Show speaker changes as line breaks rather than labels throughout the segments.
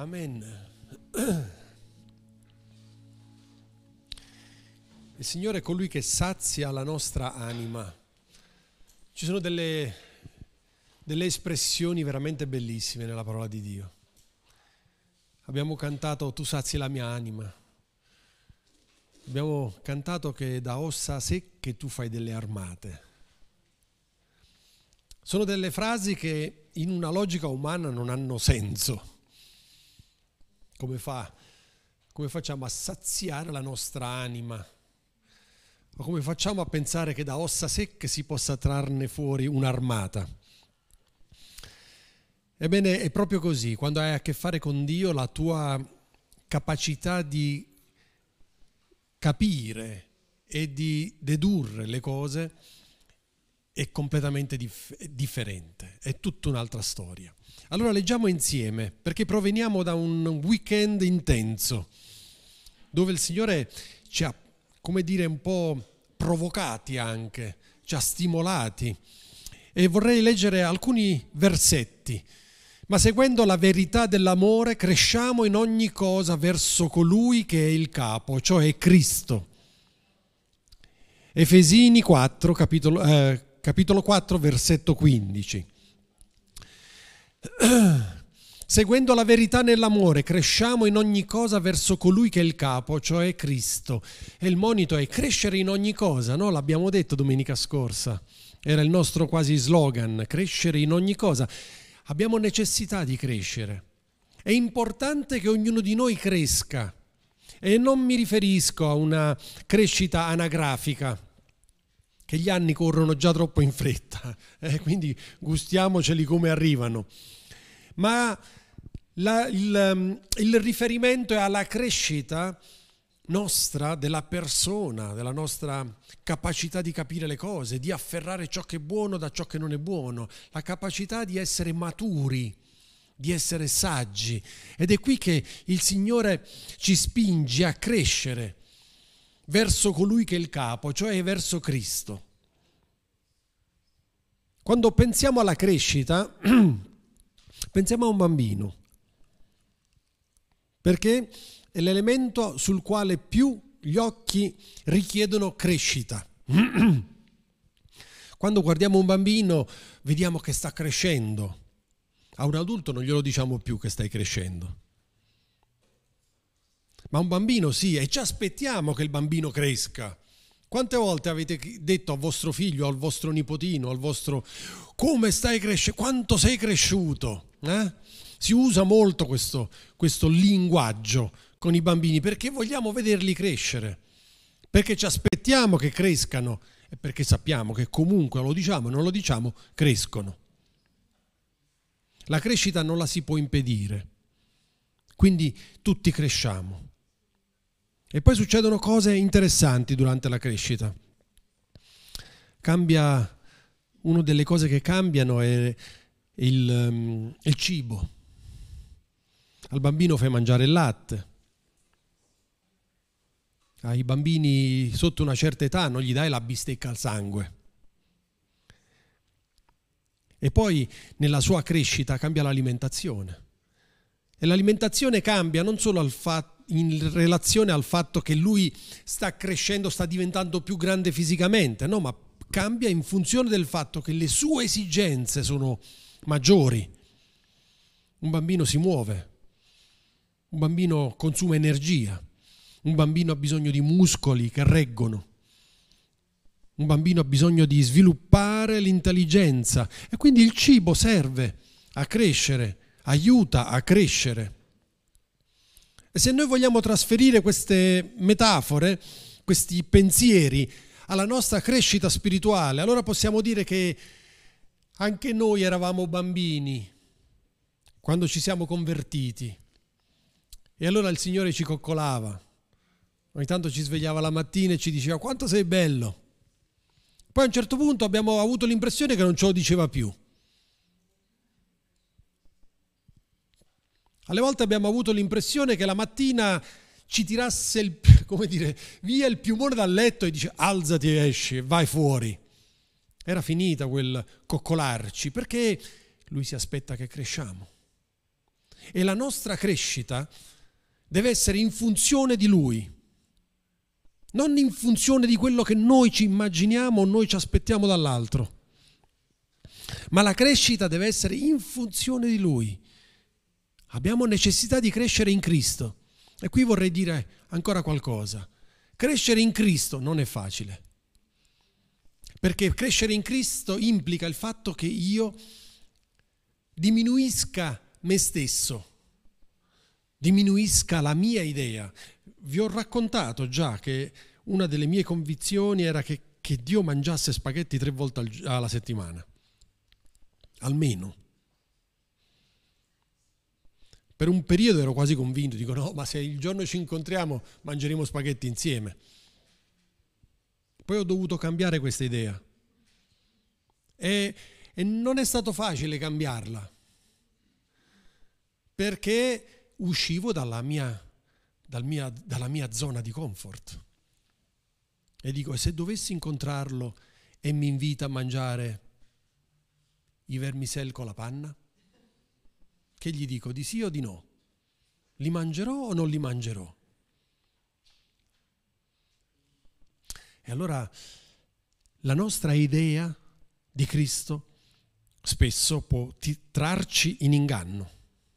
Amen. Il Signore è colui che sazia la nostra anima. Ci sono delle espressioni veramente bellissime nella parola di Dio. Abbiamo cantato "Tu sazi la mia anima". Abbiamo cantato che da ossa secche tu fai delle armate. Sono delle frasi che in una logica umana non hanno senso. Come facciamo a saziare la nostra anima? O come facciamo a pensare che da ossa secche si possa trarne fuori un'armata? Ebbene, è proprio così. Quando hai a che fare con Dio, la tua capacità di capire e di dedurre le cose è completamente differente, è tutta un'altra storia. Allora leggiamo insieme, perché proveniamo da un weekend intenso, dove il Signore ci ha, come dire, un po' provocati anche, ci ha stimolati, e vorrei leggere alcuni versetti. Ma seguendo la verità dell'amore cresciamo in ogni cosa verso colui che è il capo, cioè Cristo. Efesini 4, capitolo 4, versetto 15. Seguendo la verità nell'amore cresciamo in ogni cosa verso colui che è il capo, cioè Cristo. E il monito è crescere in ogni cosa, no? L'abbiamo detto domenica scorsa. Era il nostro quasi slogan, crescere in ogni cosa. Abbiamo necessità di crescere. È importante che ognuno di noi cresca. E non mi riferisco a una crescita anagrafica, che gli anni corrono già troppo in fretta, quindi gustiamoceli come arrivano. Ma il riferimento è alla crescita nostra, della persona, della nostra capacità di capire le cose, di afferrare ciò che è buono da ciò che non è buono, la capacità di essere maturi, di essere saggi. Ed è qui che il Signore ci spinge a crescere verso colui che è il capo, cioè verso Cristo. Quando pensiamo alla crescita, pensiamo a un bambino, perché è l'elemento sul quale più gli occhi richiedono crescita. Quando guardiamo un bambino, vediamo che sta crescendo. A un adulto non glielo diciamo più che stai crescendo. Ma un bambino sì, e ci aspettiamo che il bambino cresca. Quante volte avete detto a vostro figlio, al vostro nipotino, al vostro come stai crescendo, quanto sei cresciuto? Si usa molto questo linguaggio con i bambini perché vogliamo vederli crescere, perché ci aspettiamo che crescano e perché sappiamo che comunque lo diciamo o non lo diciamo, crescono. La crescita non la si può impedire, quindi tutti cresciamo. E poi succedono cose interessanti durante la crescita. Una delle cose che cambiano è il cibo. Al bambino fai mangiare il latte. Ai bambini sotto una certa età non gli dai la bistecca al sangue. E poi nella sua crescita cambia l'alimentazione. E l'alimentazione cambia non solo in relazione al fatto che lui sta crescendo, sta diventando più grande fisicamente, no, ma cambia in funzione del fatto che le sue esigenze sono maggiori. Un bambino si muove, un bambino consuma energia, un bambino ha bisogno di muscoli che reggono, un bambino ha bisogno di sviluppare l'intelligenza e quindi il cibo serve a crescere, aiuta a crescere. E se noi vogliamo trasferire queste metafore, questi pensieri alla nostra crescita spirituale, allora possiamo dire che anche noi eravamo bambini quando ci siamo convertiti e allora il Signore ci coccolava, ogni tanto ci svegliava la mattina e ci diceva quanto sei bello. Poi a un certo punto abbiamo avuto l'impressione che non ce lo diceva più. Alle volte abbiamo avuto l'impressione che la mattina ci tirasse via il piumone dal letto e dice alzati e esci, vai fuori. Era finita quel coccolarci perché lui si aspetta che cresciamo. E la nostra crescita deve essere in funzione di Lui, non in funzione di quello che noi ci immaginiamo o noi ci aspettiamo dall'altro. Ma la crescita deve essere in funzione di Lui. Abbiamo necessità di crescere in Cristo. E qui vorrei dire ancora qualcosa. Crescere in Cristo non è facile. Perché crescere in Cristo implica il fatto che io diminuisca me stesso, diminuisca la mia idea. Vi ho raccontato già che una delle mie convinzioni era che Dio mangiasse spaghetti 3 volte alla settimana. Almeno. Per un periodo ero quasi convinto, dico no, ma se il giorno ci incontriamo mangeremo spaghetti insieme. Poi ho dovuto cambiare questa idea e non è stato facile cambiarla, perché uscivo dalla mia zona di comfort. E dico, se dovessi incontrarlo e mi invita a mangiare i vermicelli con la panna, che gli dico, di sì o di no? Li mangerò o non li mangerò? E allora la nostra idea di Cristo spesso può trarci in inganno.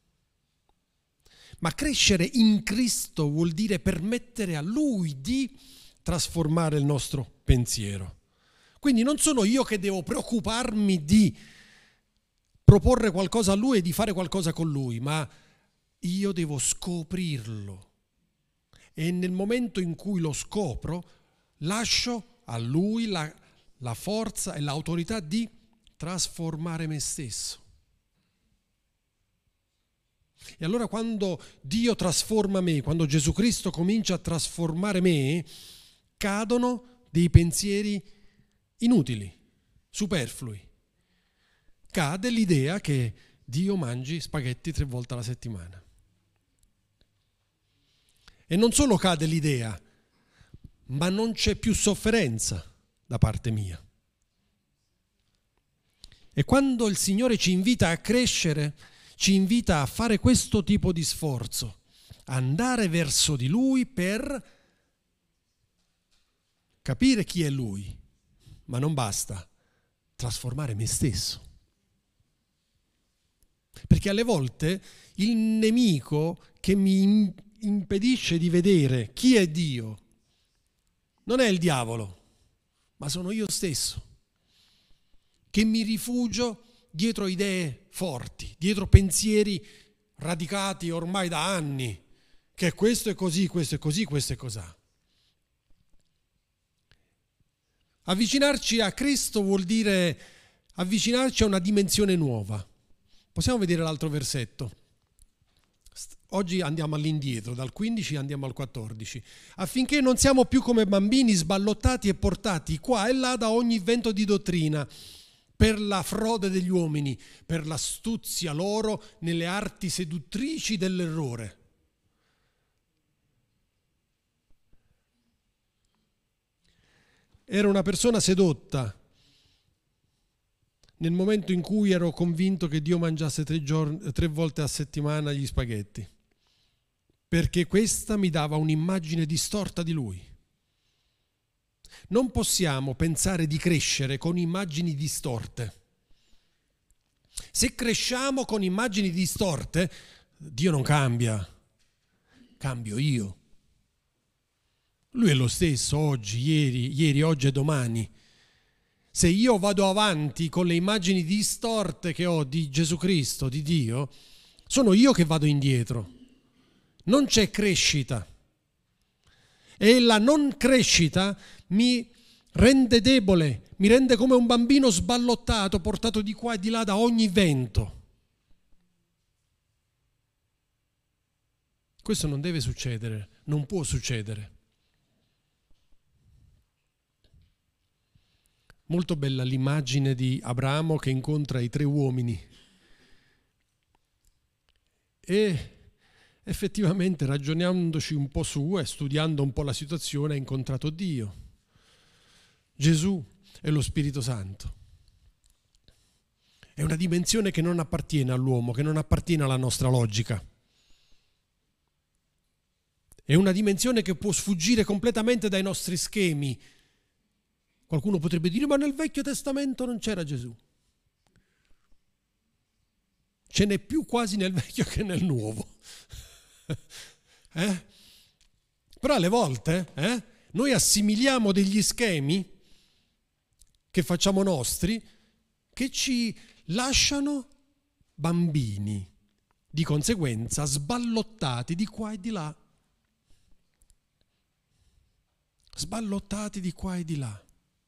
Ma crescere in Cristo vuol dire permettere a Lui di trasformare il nostro pensiero. Quindi non sono io che devo preoccuparmi di proporre qualcosa a Lui e di fare qualcosa con Lui, ma io devo scoprirlo. E nel momento in cui lo scopro, lascio a Lui la forza e l'autorità di trasformare me stesso. E allora quando Dio trasforma me, quando Gesù Cristo comincia a trasformare me, cadono dei pensieri inutili, superflui. Cade l'idea che Dio mangi spaghetti 3 volte alla settimana. E non solo cade l'idea, ma non c'è più sofferenza da parte mia. E quando il Signore ci invita a crescere, ci invita a fare questo tipo di sforzo, andare verso di Lui per capire chi è Lui, ma non basta, trasformare me stesso. Perché alle volte il nemico che mi impedisce di vedere chi è Dio non è il diavolo, ma sono io stesso, che mi rifugio dietro idee forti, dietro pensieri radicati ormai da anni, che questo è così, questo è così, questo è cosà. Avvicinarci a Cristo vuol dire avvicinarci a una dimensione nuova. Possiamo vedere l'altro versetto. Oggi andiamo all'indietro, dal 15 andiamo al 14. Affinché non siamo più come bambini sballottati e portati qua e là da ogni vento di dottrina, per la frode degli uomini, per l'astuzia loro nelle arti seduttrici dell'errore. Era una persona sedotta nel momento in cui ero convinto che Dio mangiasse 3 volte a settimana gli spaghetti, perché questa mi dava un'immagine distorta di Lui. Non possiamo pensare di crescere con immagini distorte. Se cresciamo con immagini distorte, Dio non cambia, cambio io. Lui è lo stesso oggi, ieri, oggi e domani. Se io vado avanti con le immagini distorte che ho di Gesù Cristo, di Dio, sono io che vado indietro. Non c'è crescita. E la non crescita mi rende debole, mi rende come un bambino sballottato, portato di qua e di là da ogni vento. Questo non deve succedere, non può succedere. Molto bella l'immagine di Abramo che incontra i 3 uomini. E effettivamente, ragionandoci un po' su e studiando un po' la situazione, ha incontrato Dio, Gesù e lo Spirito Santo. È una dimensione che non appartiene all'uomo, che non appartiene alla nostra logica. È una dimensione che può sfuggire completamente dai nostri schemi. Qualcuno potrebbe dire, ma nel Vecchio Testamento non c'era Gesù. Ce n'è più quasi nel Vecchio che nel Nuovo. Però alle volte noi assimiliamo degli schemi che facciamo nostri che ci lasciano bambini, di conseguenza sballottati di qua e di là. Sballottati di qua e di là.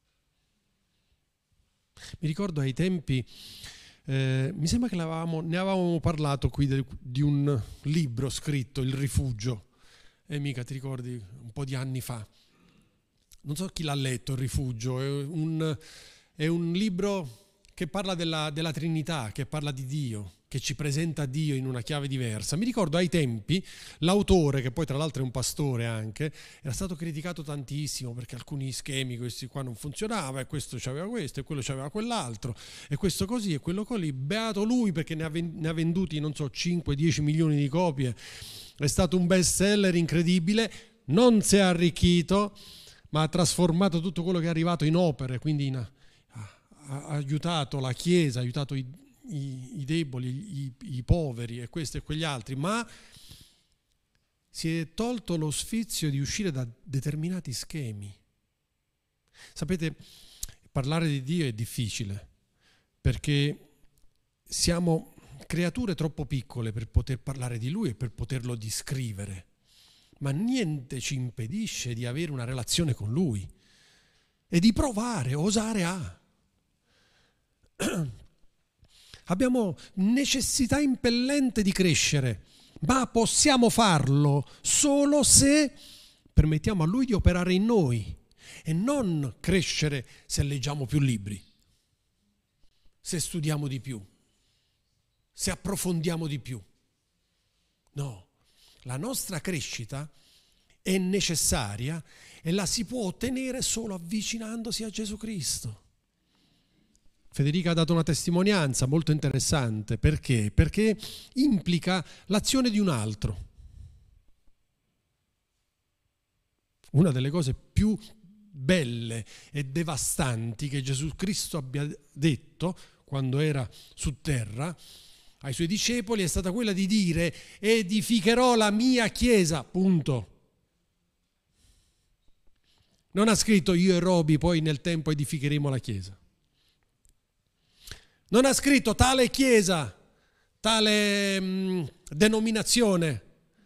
Mi ricordo ai tempi, mi sembra che ne avevamo parlato qui di un libro scritto, Il rifugio, e mica ti ricordi, un po' di anni fa. Non so chi l'ha letto, Il rifugio, è un libro che parla della Trinità, che parla di Dio, che ci presenta Dio in una chiave diversa. Mi ricordo ai tempi l'autore, che poi tra l'altro è un pastore anche, era stato criticato tantissimo perché alcuni schemi, questi qua non funzionava, e questo c'aveva questo, e quello c'aveva quell'altro, e questo così, e quello così. Beato lui perché ne ha venduti, non so, 5-10 milioni di copie, è stato un best seller incredibile, non si è arricchito, ma ha trasformato tutto quello che è arrivato in opere, quindi ha aiutato la Chiesa, ha aiutato i deboli, i poveri e questo e quegli altri, ma si è tolto lo sfizio di uscire da determinati schemi. Sapete, parlare di Dio è difficile perché siamo creature troppo piccole per poter parlare di Lui e per poterlo descrivere, ma niente ci impedisce di avere una relazione con Lui e di provare, osare a. Abbiamo necessità impellente di crescere, ma possiamo farlo solo se permettiamo a Lui di operare in noi e non crescere se leggiamo più libri, se studiamo di più, se approfondiamo di più. No, la nostra crescita è necessaria e la si può ottenere solo avvicinandosi a Gesù Cristo. Federica ha dato una testimonianza molto interessante. Perché? Perché implica l'azione di un altro. Una delle cose più belle e devastanti che Gesù Cristo abbia detto quando era su terra ai suoi discepoli è stata quella di dire: edificherò la mia chiesa, punto. Non ha scritto io e Roby poi nel tempo edificheremo la chiesa. Non ha scritto tale chiesa, tale denominazione.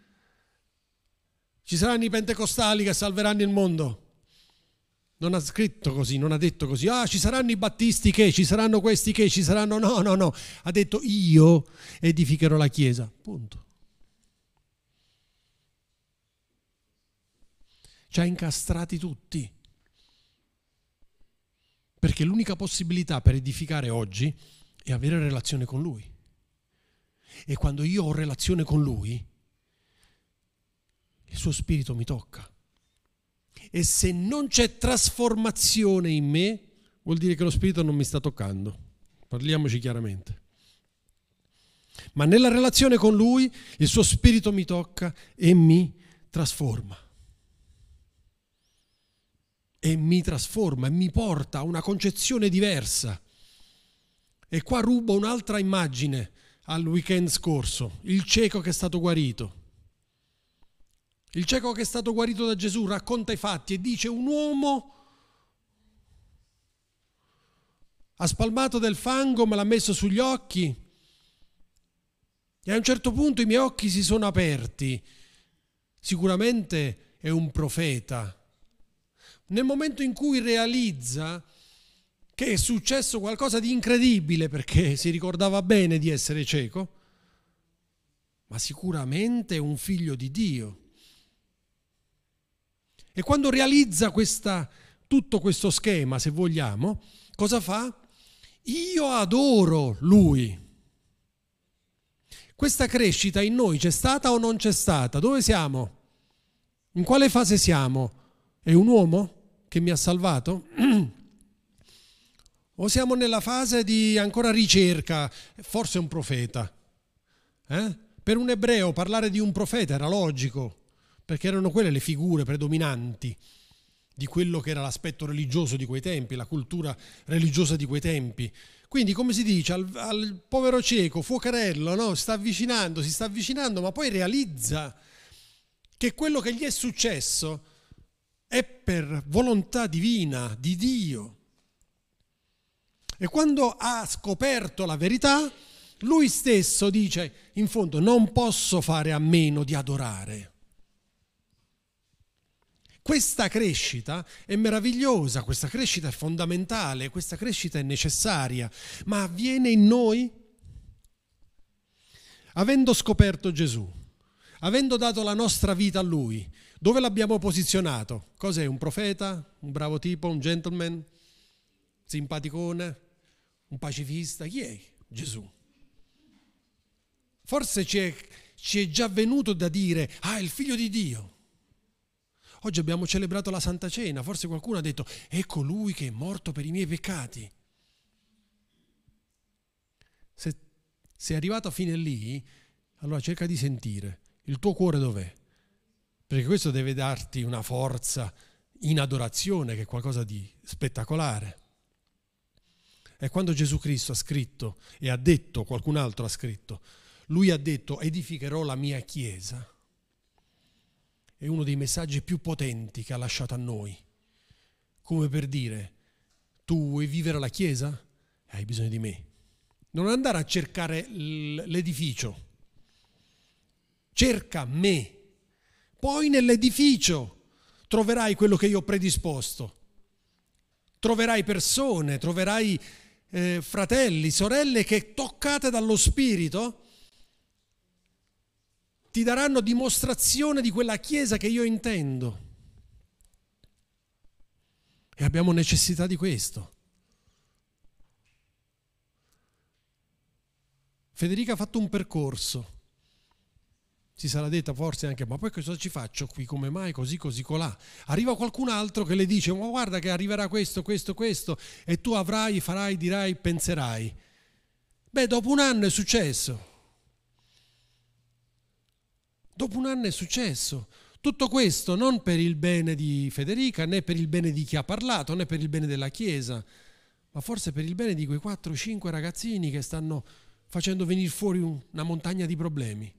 Ci saranno i pentecostali che salveranno il mondo. Non ha scritto così, non ha detto così. Ci saranno i battisti che, ci saranno questi che, ci saranno... No. Ha detto io edificherò la chiesa, punto. Ci ha incastrati tutti. Perché l'unica possibilità per edificare oggi è avere relazione con Lui. E quando io ho relazione con Lui, il suo spirito mi tocca. E se non c'è trasformazione in me, vuol dire che lo spirito non mi sta toccando. Parliamoci chiaramente. Ma nella relazione con Lui, il suo spirito mi tocca e mi trasforma. E mi trasforma e mi porta a una concezione diversa. E qua rubo un'altra immagine al weekend scorso, il cieco che è stato guarito. Il cieco che è stato guarito da Gesù racconta i fatti e dice: un uomo ha spalmato del fango, me l'ha messo sugli occhi e a un certo punto i miei occhi si sono aperti. Sicuramente è un profeta. Nel momento in cui realizza che è successo qualcosa di incredibile, perché si ricordava bene di essere cieco, ma sicuramente è un figlio di Dio. E quando realizza tutto questo schema, se vogliamo, cosa fa? Io adoro Lui. Questa crescita in noi c'è stata o non c'è stata? Dove siamo? In quale fase siamo? È un uomo che mi ha salvato? O siamo nella fase di ancora ricerca? Forse un profeta. Per un ebreo parlare di un profeta era logico, perché erano quelle le figure predominanti di quello che era l'aspetto religioso di quei tempi, la cultura religiosa di quei tempi. Quindi, come si dice, al povero cieco, fuocherello, no? Si sta avvicinando, ma poi realizza che quello che gli è successo è per volontà divina, di Dio. E quando ha scoperto la verità, lui stesso dice, in fondo, non posso fare a meno di adorare. Questa crescita è meravigliosa, questa crescita è fondamentale, questa crescita è necessaria, ma avviene in noi avendo scoperto Gesù, avendo dato la nostra vita a Lui. Dove l'abbiamo posizionato? Cos'è? Un profeta? Un bravo tipo? Un gentleman? Simpaticone? Un pacifista? Chi è? Gesù. Forse ci è già venuto da dire, è il figlio di Dio. Oggi abbiamo celebrato la Santa Cena, forse qualcuno ha detto, ecco lui che è morto per i miei peccati. Se sei arrivato fino lì, allora cerca di sentire, il tuo cuore dov'è? Perché questo deve darti una forza in adorazione, che è qualcosa di spettacolare. E quando Gesù Cristo ha scritto e ha detto, qualcun altro ha scritto, lui ha detto, edificherò la mia chiesa. È uno dei messaggi più potenti che ha lasciato a noi, come per dire, tu vuoi vivere la Chiesa? Hai bisogno di me. Non andare a cercare l'edificio, cerca me, poi nell'edificio troverai quello che io ho predisposto, troverai persone, troverai fratelli, sorelle che toccate dallo Spirito ti daranno dimostrazione di quella Chiesa che io intendo. E abbiamo necessità di questo. Federica ha fatto un percorso. Si sarà detta forse anche, ma poi cosa ci faccio qui? Come mai? Così, così, colà. Arriva qualcun altro che le dice, ma guarda che arriverà questo, questo, questo, e tu avrai, farai, dirai, penserai. Beh, dopo un anno è successo. Dopo un anno è successo. Tutto questo non per il bene di Federica, né per il bene di chi ha parlato, né per il bene della Chiesa, ma forse per il bene di quei 4-5 ragazzini che stanno facendo venire fuori una montagna di problemi.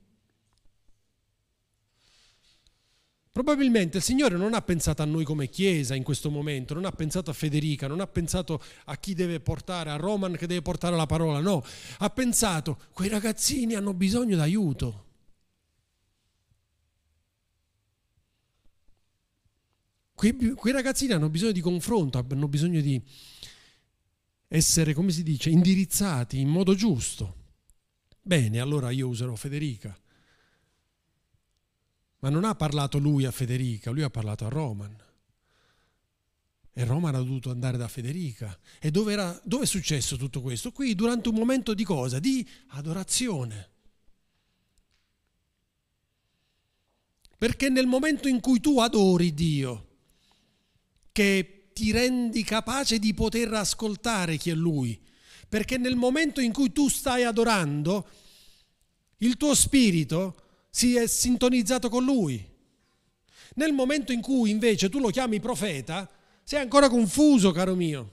Probabilmente il Signore non ha pensato a noi come Chiesa in questo momento, non ha pensato a Federica, non ha pensato a chi deve portare, a Roman che deve portare la parola, no, ha pensato, quei ragazzini hanno bisogno d'aiuto. Quei ragazzini hanno bisogno di confronto, hanno bisogno di essere, come si dice, indirizzati in modo giusto. Bene, allora io userò Federica. Ma non ha parlato lui a Federica, lui ha parlato a Roman. E Roman ha dovuto andare da Federica. E dove è successo tutto questo? Qui, durante un momento di cosa? Di adorazione. Perché nel momento in cui tu adori Dio, che ti rendi capace di poter ascoltare chi è Lui, perché nel momento in cui tu stai adorando, il tuo spirito si è sintonizzato con Lui. Nel momento in cui invece tu lo chiami profeta, sei ancora confuso, caro mio.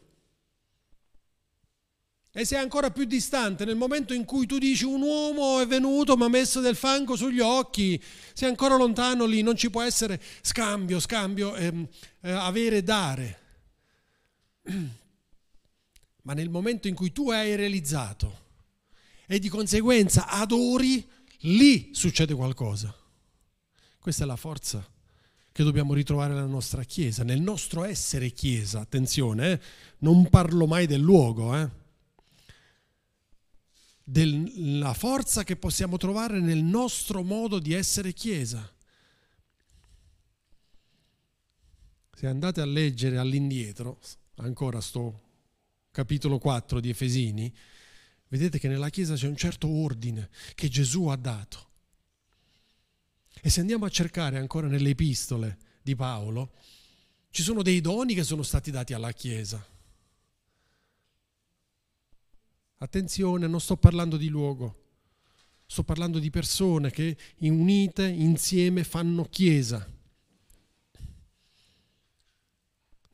E sei ancora più distante. Nel momento in cui tu dici un uomo è venuto, mi ha messo del fango sugli occhi, sei ancora lontano lì, non ci può essere scambio, avere e dare. Ma nel momento in cui tu hai realizzato e di conseguenza adori, lì succede qualcosa. Questa è la forza che dobbiamo ritrovare nella nostra Chiesa, nel nostro essere Chiesa. Attenzione, non parlo mai del luogo, della forza che possiamo trovare nel nostro modo di essere Chiesa. Se andate a leggere all'indietro, ancora sto capitolo 4 di Efesini, vedete che nella Chiesa c'è un certo ordine che Gesù ha dato. E se andiamo a cercare ancora nelle epistole di Paolo, ci sono dei doni che sono stati dati alla Chiesa. Attenzione, non sto parlando di luogo, sto parlando di persone che unite insieme fanno Chiesa.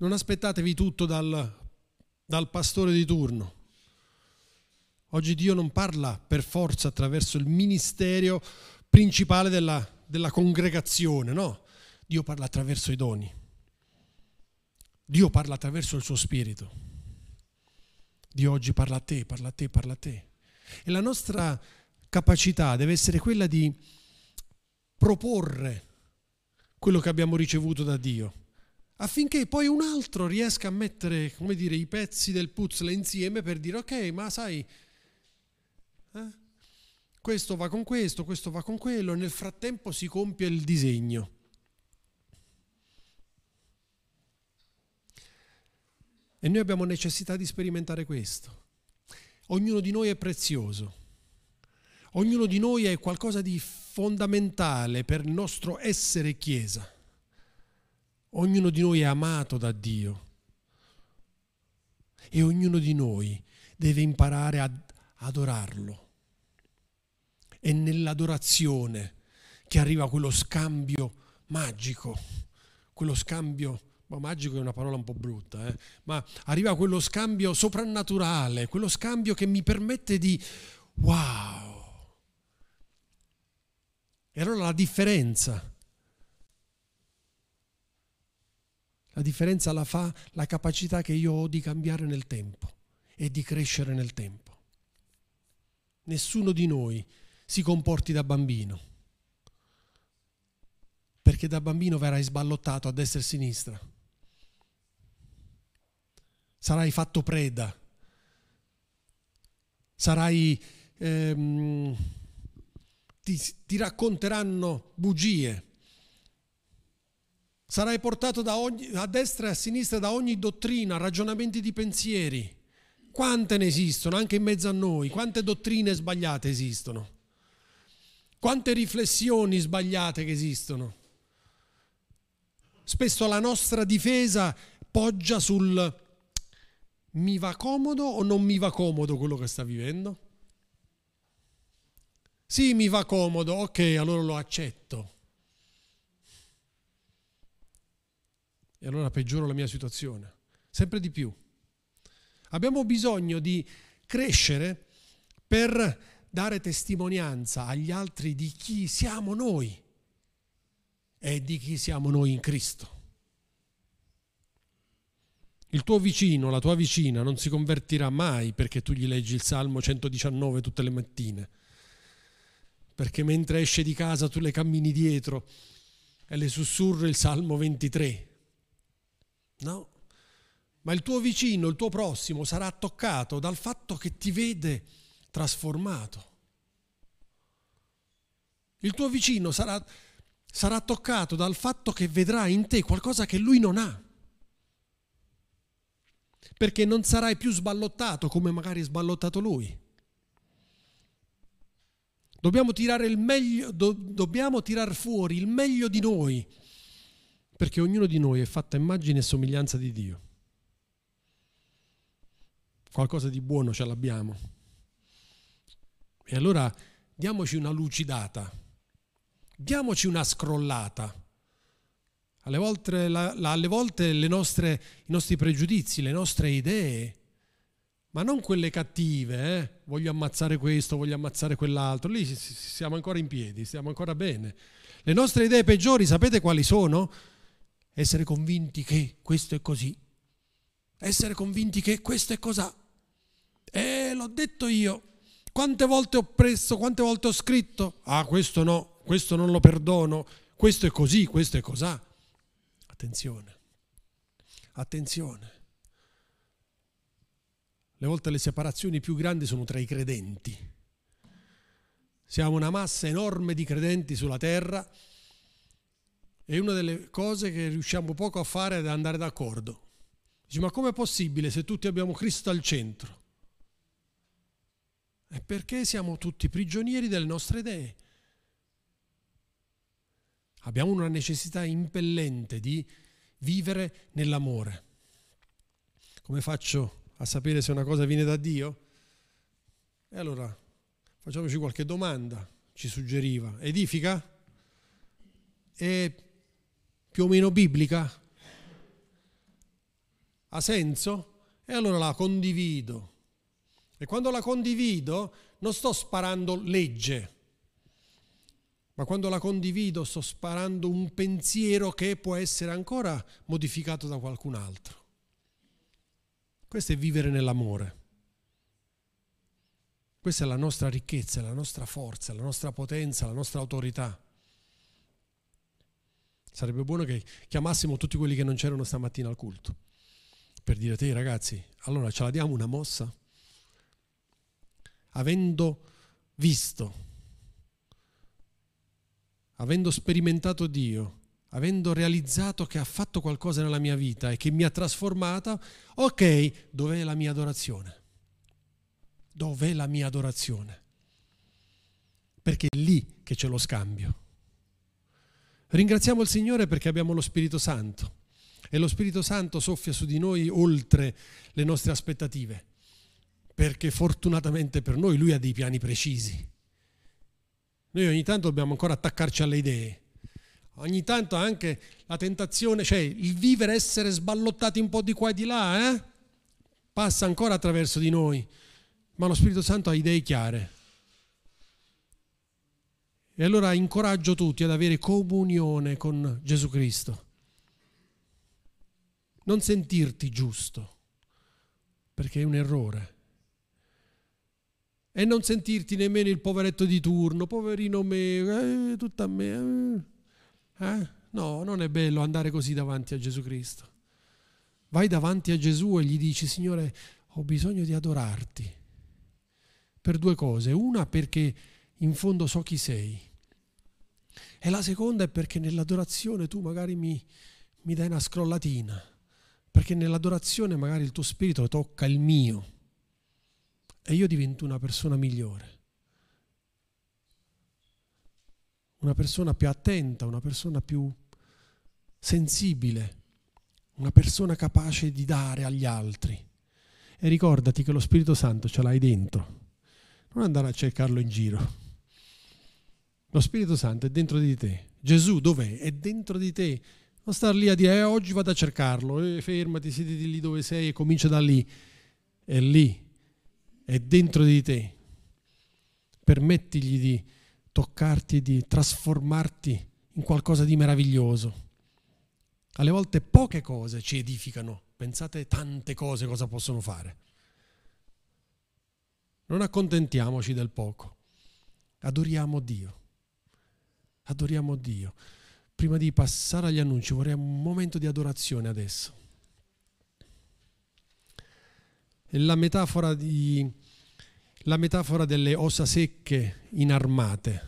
Non aspettatevi tutto dal pastore di turno. Oggi Dio non parla per forza attraverso il ministero principale della congregazione, no. Dio parla attraverso i doni. Dio parla attraverso il suo spirito. Dio oggi parla a te, parla a te, parla a te. E la nostra capacità deve essere quella di proporre quello che abbiamo ricevuto da Dio, affinché poi un altro riesca a mettere, come dire, i pezzi del puzzle insieme per dire: ok, ma sai, questo va con questo va con quello, e nel frattempo si compie il disegno. E noi abbiamo necessità di sperimentare questo. Ognuno di noi è prezioso. Ognuno di noi è qualcosa di fondamentale per il nostro essere Chiesa. Ognuno di noi è amato da Dio. E ognuno di noi deve imparare ad adorarlo. È nell'adorazione che arriva quello scambio magico, quello scambio, magico è una parola un po' brutta, ma arriva quello scambio soprannaturale, quello scambio che mi permette di wow. E allora la differenza la fa la capacità che io ho di cambiare nel tempo e di crescere nel tempo. Nessuno di noi si comporti da bambino, perché da bambino verrai sballottato a destra e a sinistra. Sarai fatto preda, sarai ti racconteranno bugie, sarai portato a destra e a sinistra da ogni dottrina, ragionamenti di pensieri. Quante ne esistono anche in mezzo a noi? Quante dottrine sbagliate esistono? Quante riflessioni sbagliate che esistono? Spesso la nostra difesa poggia sul mi va comodo o non mi va comodo quello che sta vivendo? Sì, mi va comodo, ok, allora lo accetto. E allora peggioro la mia situazione, sempre di più. Abbiamo bisogno di crescere per dare testimonianza agli altri di chi siamo noi e di chi siamo noi in Cristo. Il tuo vicino, la tua vicina non si convertirà mai perché tu gli leggi il Salmo 119 tutte le mattine, perché mentre esce di casa tu le cammini dietro e le sussurri il Salmo 23. No, ma il tuo vicino, il tuo prossimo sarà toccato dal fatto che ti vede trasformato. Il tuo vicino sarà toccato dal fatto che vedrà in te qualcosa che lui non ha. Perché non sarai più sballottato come magari è sballottato lui. Dobbiamo tirare il meglio, dobbiamo tirar fuori il meglio di noi, perché ognuno di noi è fatto a immagine e somiglianza di Dio. Qualcosa di buono ce l'abbiamo. E allora diamoci una lucidata, diamoci una scrollata. Alle volte i nostri pregiudizi, le nostre idee, ma non quelle cattive, voglio ammazzare questo, voglio ammazzare quell'altro, lì siamo ancora in piedi, stiamo ancora bene. Le nostre idee peggiori, sapete quali sono? Essere convinti che questo è così, essere convinti che questo è cos'ha. L'ho detto io, quante volte ho preso, quante volte ho scritto, questo no, questo non lo perdono, questo è così, questo è cos'ha. Attenzione. Le volte le separazioni più grandi sono tra i credenti. Siamo una massa enorme di credenti sulla terra e una delle cose che riusciamo poco a fare è andare d'accordo. Dici, ma com'è possibile se tutti abbiamo Cristo al centro? È perché siamo tutti prigionieri delle nostre idee. Abbiamo una necessità impellente di vivere nell'amore. Come faccio a sapere se una cosa viene da Dio? E allora facciamoci qualche domanda, ci suggeriva. Edifica? È più o meno biblica? Ha senso? E allora la condivido. E quando la condivido non sto sparando legge, ma quando la condivido sto sparando un pensiero che può essere ancora modificato da qualcun altro. Questo è vivere nell'amore. Questa è la nostra ricchezza, la nostra forza, la nostra potenza, la nostra autorità. Sarebbe buono che chiamassimo tutti quelli che non c'erano stamattina al culto per dire: te ragazzi, allora ce la diamo una mossa? Avendo visto, avendo sperimentato Dio, avendo realizzato che ha fatto qualcosa nella mia vita e che mi ha trasformata, ok, dov'è la mia adorazione? Dov'è la mia adorazione? Perché è lì che c'è lo scambio. Ringraziamo il Signore perché abbiamo lo Spirito Santo e lo Spirito Santo soffia su di noi oltre le nostre aspettative, perché fortunatamente per noi Lui ha dei piani precisi. Noi ogni tanto dobbiamo ancora attaccarci alle idee, ogni tanto anche la tentazione, cioè il vivere, essere sballottati un po' di qua e di là, passa ancora attraverso di noi, ma lo Spirito Santo ha idee chiare. E allora incoraggio tutti ad avere comunione con Gesù Cristo. Non sentirti giusto, perché è un errore. E non sentirti nemmeno il poveretto di turno, poverino me, tutto a me. No, non è bello andare così davanti a Gesù Cristo. Vai davanti a Gesù e gli dici: Signore, ho bisogno di adorarti per due cose. Una, perché in fondo so chi sei, e la seconda è perché nell'adorazione tu magari mi dai una scrollatina, perché nell'adorazione magari il tuo spirito tocca il mio e io divento una persona migliore, una persona più attenta, una persona più sensibile, una persona capace di dare agli altri. E ricordati che lo Spirito Santo ce l'hai dentro, non andare a cercarlo in giro. Lo Spirito Santo è dentro di te. Gesù dov'è? È dentro di te. Non star lì a dire oggi vado a cercarlo, fermati, siediti lì dove sei e comincia da lì. È lì, è dentro di te. Permettigli di toccarti e di trasformarti in qualcosa di meraviglioso. Alle volte poche cose ci edificano, pensate tante cose cosa possono fare. Non accontentiamoci del poco, adoriamo Dio. Adoriamo Dio. Prima di passare agli annunci vorrei un momento di adorazione adesso. È la metafora delle ossa secche inarmate.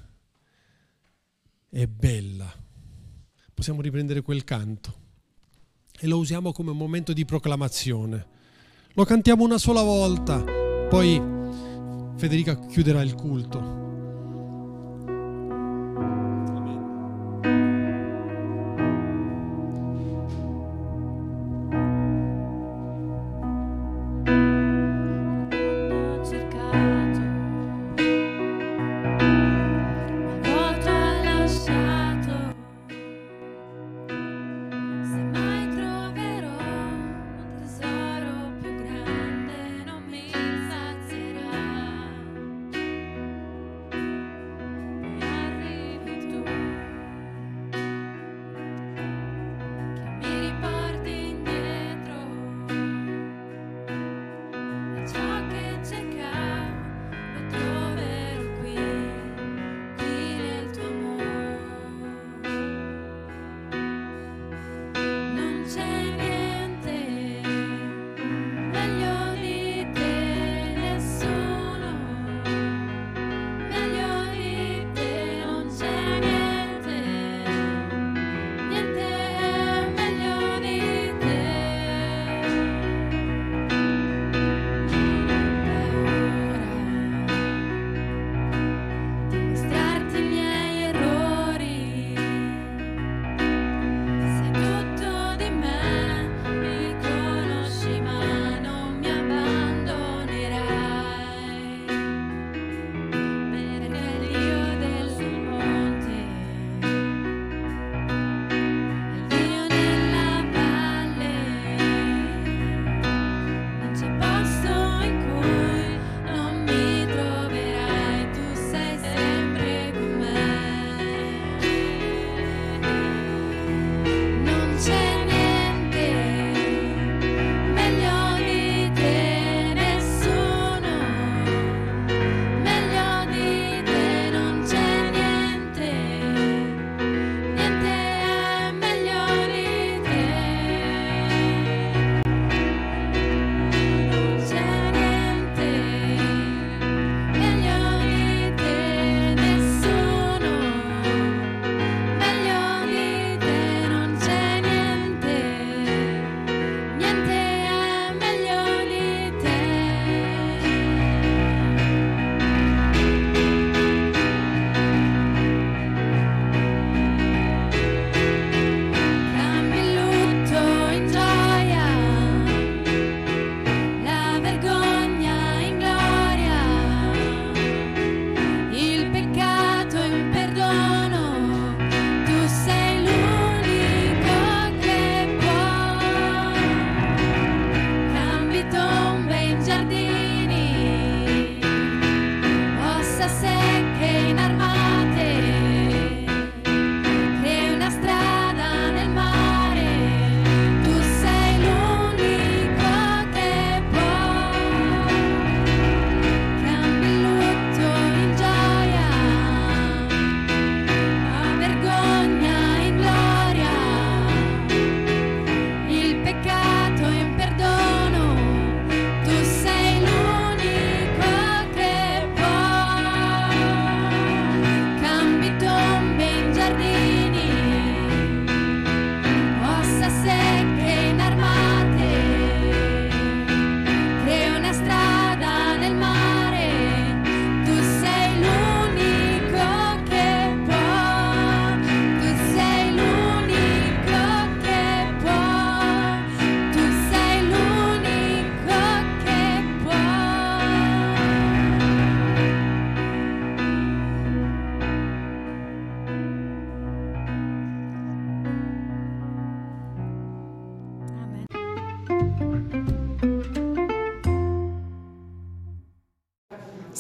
È bella. Possiamo riprendere quel canto e lo usiamo come un momento di proclamazione. Lo cantiamo una sola volta, poi Federica chiuderà il culto.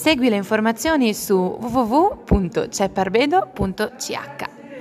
Segui le informazioni su www.cepparbedo.ch.